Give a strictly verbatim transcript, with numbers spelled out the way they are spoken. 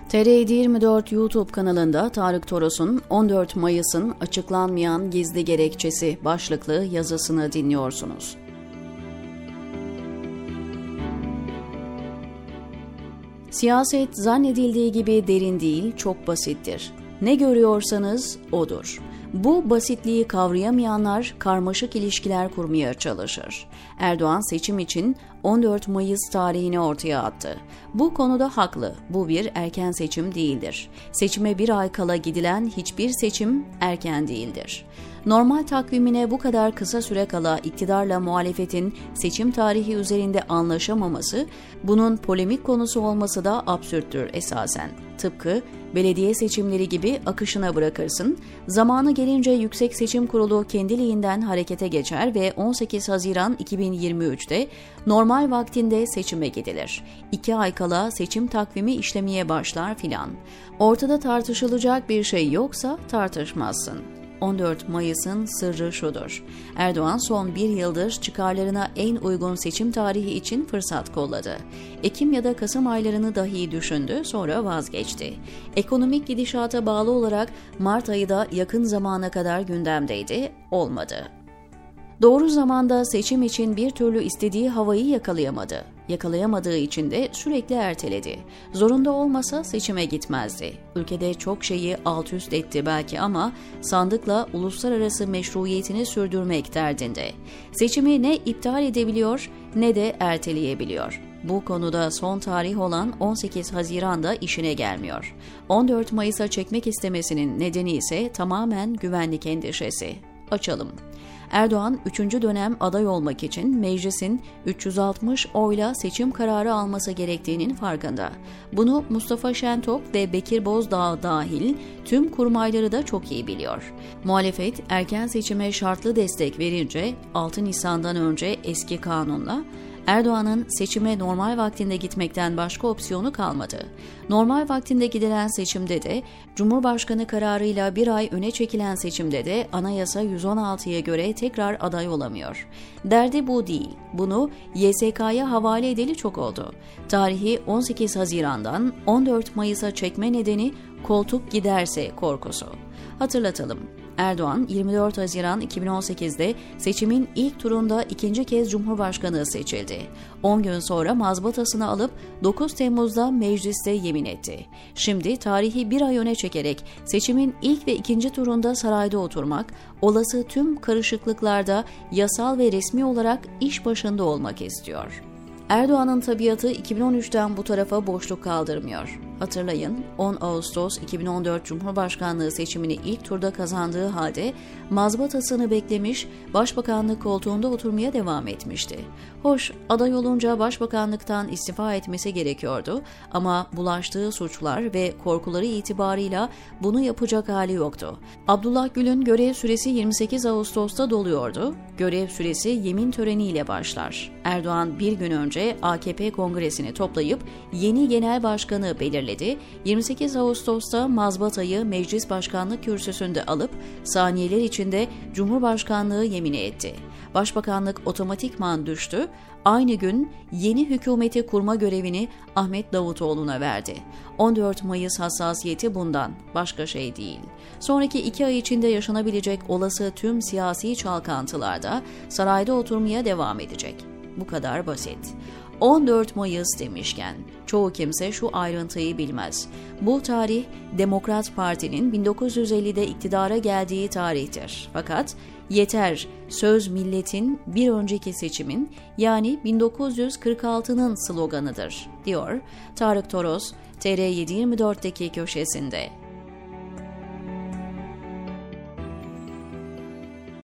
T R yedi yirmi dört YouTube kanalında Tarık Toros'un on dört Mayıs'ın açıklanmayan gizli gerekçesi başlıklı yazısını dinliyorsunuz. Siyaset zannedildiği gibi derin değil, çok basittir. Ne görüyorsanız odur. Bu basitliği kavrayamayanlar karmaşık ilişkiler kurmaya çalışır. Erdoğan seçim için on dört Mayıs tarihini ortaya attı. Bu konuda haklı. Bu bir erken seçim değildir. Seçime bir ay kala gidilen hiçbir seçim erken değildir. Normal takvimine bu kadar kısa süre kala iktidarla muhalefetin seçim tarihi üzerinde anlaşamaması, bunun polemik konusu olması da absürttür esasen. Tıpkı belediye seçimleri gibi akışına bırakırsın, zamanı gelince Yüksek Seçim Kurulu kendiliğinden harekete geçer ve on sekiz Haziran iki bin yirmi üç'te normal vaktinde seçime gidilir. İki ay kala seçim takvimi işlemeye başlar filan. Ortada tartışılacak bir şey yoksa tartışmazsın. on dört Mayıs'ın sırrı şudur. Erdoğan son bir yıldır çıkarlarına en uygun seçim tarihi için fırsat kolladı. Ekim ya da Kasım aylarını dahi düşündü, sonra vazgeçti. Ekonomik gidişata bağlı olarak Mart ayı da yakın zamana kadar gündemdeydi, olmadı. Doğru zamanda seçim için bir türlü istediği havayı yakalayamadı. Yakalayamadığı için de sürekli erteledi. Zorunda olmasa seçime gitmezdi. Ülkede çok şeyi alt üst etti belki ama sandıkla uluslararası meşruiyetini sürdürmek derdinde. Seçimi ne iptal edebiliyor ne de erteleyebiliyor. Bu konuda son tarih olan on sekiz Haziran'da işine gelmiyor. on dört Mayıs'a çekmek istemesinin nedeni ise tamamen güvenlik endişesi. Açalım. Erdoğan üçüncü dönem aday olmak için meclisin üç yüz altmış oyla seçim kararı alması gerektiğinin farkında. Bunu Mustafa Şentop ve Bekir Bozdağ dahil tüm kurmayları da çok iyi biliyor. Muhalefet erken seçime şartlı destek verince altı Nisan'dan önce eski kanunla Erdoğan'ın seçime normal vaktinde gitmekten başka opsiyonu kalmadı. Normal vaktinde gidilen seçimde de, Cumhurbaşkanı kararıyla bir ay öne çekilen seçimde de Anayasa yüz on altıya göre tekrar aday olamıyor. Derdi bu değil. Bunu Y S K'ya havale edeli çok oldu. Tarihi on sekiz Haziran'dan on dört Mayıs'a çekme nedeni koltuk giderse korkusu. Hatırlatalım. Erdoğan yirmi dört Haziran iki bin on sekiz'de seçimin ilk turunda ikinci kez Cumhurbaşkanı seçildi. on gün sonra mazbatasını alıp dokuz Temmuz'da mecliste yemin etti. Şimdi tarihi bir ay öne çekerek seçimin ilk ve ikinci turunda sarayda oturmak, olası tüm karışıklıklarda yasal ve resmi olarak iş başında olmak istiyor. Erdoğan'ın tabiatı iki bin on üç'ten bu tarafa boşluk kaldırmıyor. Hatırlayın, on Ağustos iki bin on dört Cumhurbaşkanlığı seçimini ilk turda kazandığı halde mazbatasını beklemiş, başbakanlık koltuğunda oturmaya devam etmişti. Hoş, aday olunca başbakanlıktan istifa etmesi gerekiyordu ama bulaştığı suçlar ve korkuları itibarıyla bunu yapacak hali yoktu. Abdullah Gül'ün görev süresi yirmi sekiz Ağustos'ta doluyordu. Görev süresi yemin töreniyle başlar. Erdoğan bir gün önce A K P kongresini toplayıp yeni genel başkanı belirledi. yirmi sekiz Ağustos'ta mazbatayı meclis başkanlık kürsüsünde alıp saniyeler içinde Cumhurbaşkanlığı yemini etti. Başbakanlık otomatikman düştü. Aynı gün yeni hükümeti kurma görevini Ahmet Davutoğlu'na verdi. on dört Mayıs hassasiyeti bundan, başka şey değil. Sonraki iki ay içinde yaşanabilecek olası tüm siyasi çalkantılarda sarayda oturmaya devam edecek. Bu kadar basit. on dört Mayıs demişken çoğu kimse şu ayrıntıyı bilmez. Bu tarih Demokrat Parti'nin bin dokuz yüz elli'de iktidara geldiği tarihtir. Fakat yeter söz milletin bir önceki seçimin yani bin dokuz yüz kırk altı'nın sloganıdır, diyor Tarık Toros T R yedi yirmi dört'teki köşesinde.